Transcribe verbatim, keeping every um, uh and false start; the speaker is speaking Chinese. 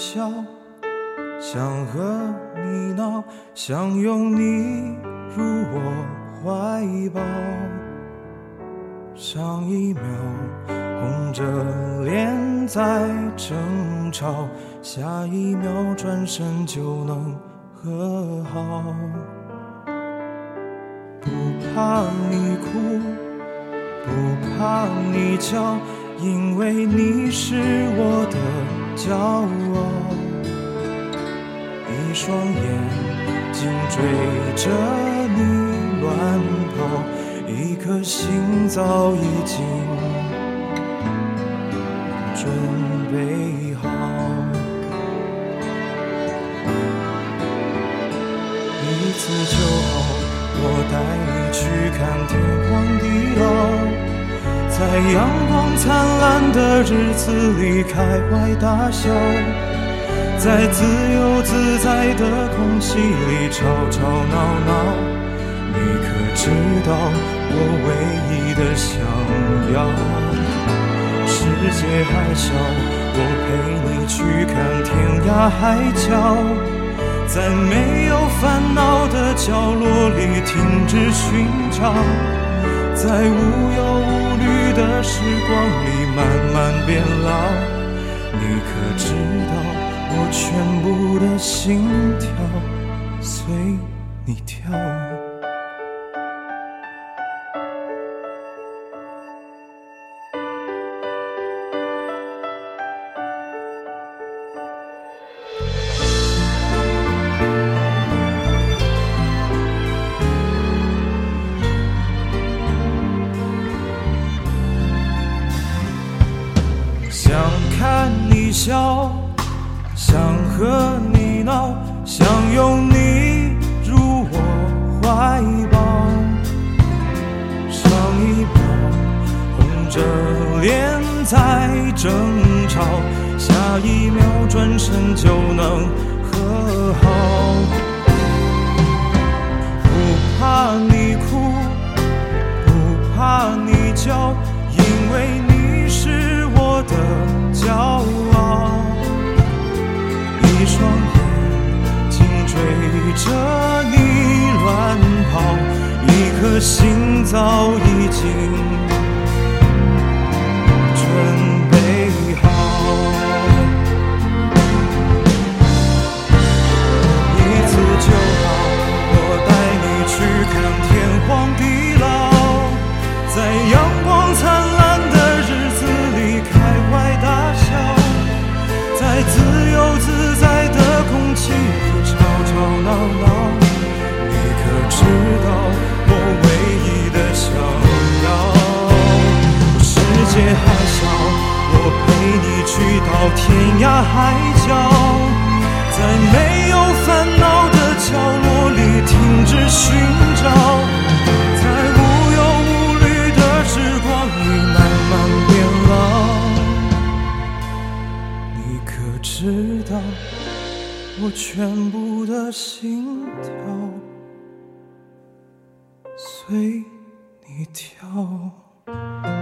笑，想和你闹，想拥你入我怀抱。上一秒红着脸在争吵，下一秒转身就能和好。不怕你哭，不怕你叫，因为你是我的骄傲。一双眼睛追着你乱跑，一颗心早已经准备好。一次就好，我带你去看天荒地老，在阳光灿烂的日子里开怀大笑，在自由自在的空气里吵吵闹闹。你可知道我唯一的想要？世界还小，我陪你去看天涯海角，在没有烦恼的角落里停止寻找，在无忧无虑的时光里慢慢变老。你可知道我全部的心跳随你跳？想看你笑，想和你闹，想拥你入我怀抱。上一秒红着脸在争吵，下一秒转身就能和好。不怕你哭，不怕你叫，因为你是我的骄傲。一双眼睛追着你乱跑，一颗心早已经准备好。一次就好，我带你去看天荒地老，在阳光灿烂的日子里开怀大笑，在自由自在的空气里吵吵闹闹。你可知道我唯一的想要？世界还小，我陪你去到天涯海角，在没有烦恼的角落里停止寻找，在无忧无虑的时光里慢慢变老。你可知道我全部的心跳随你跳？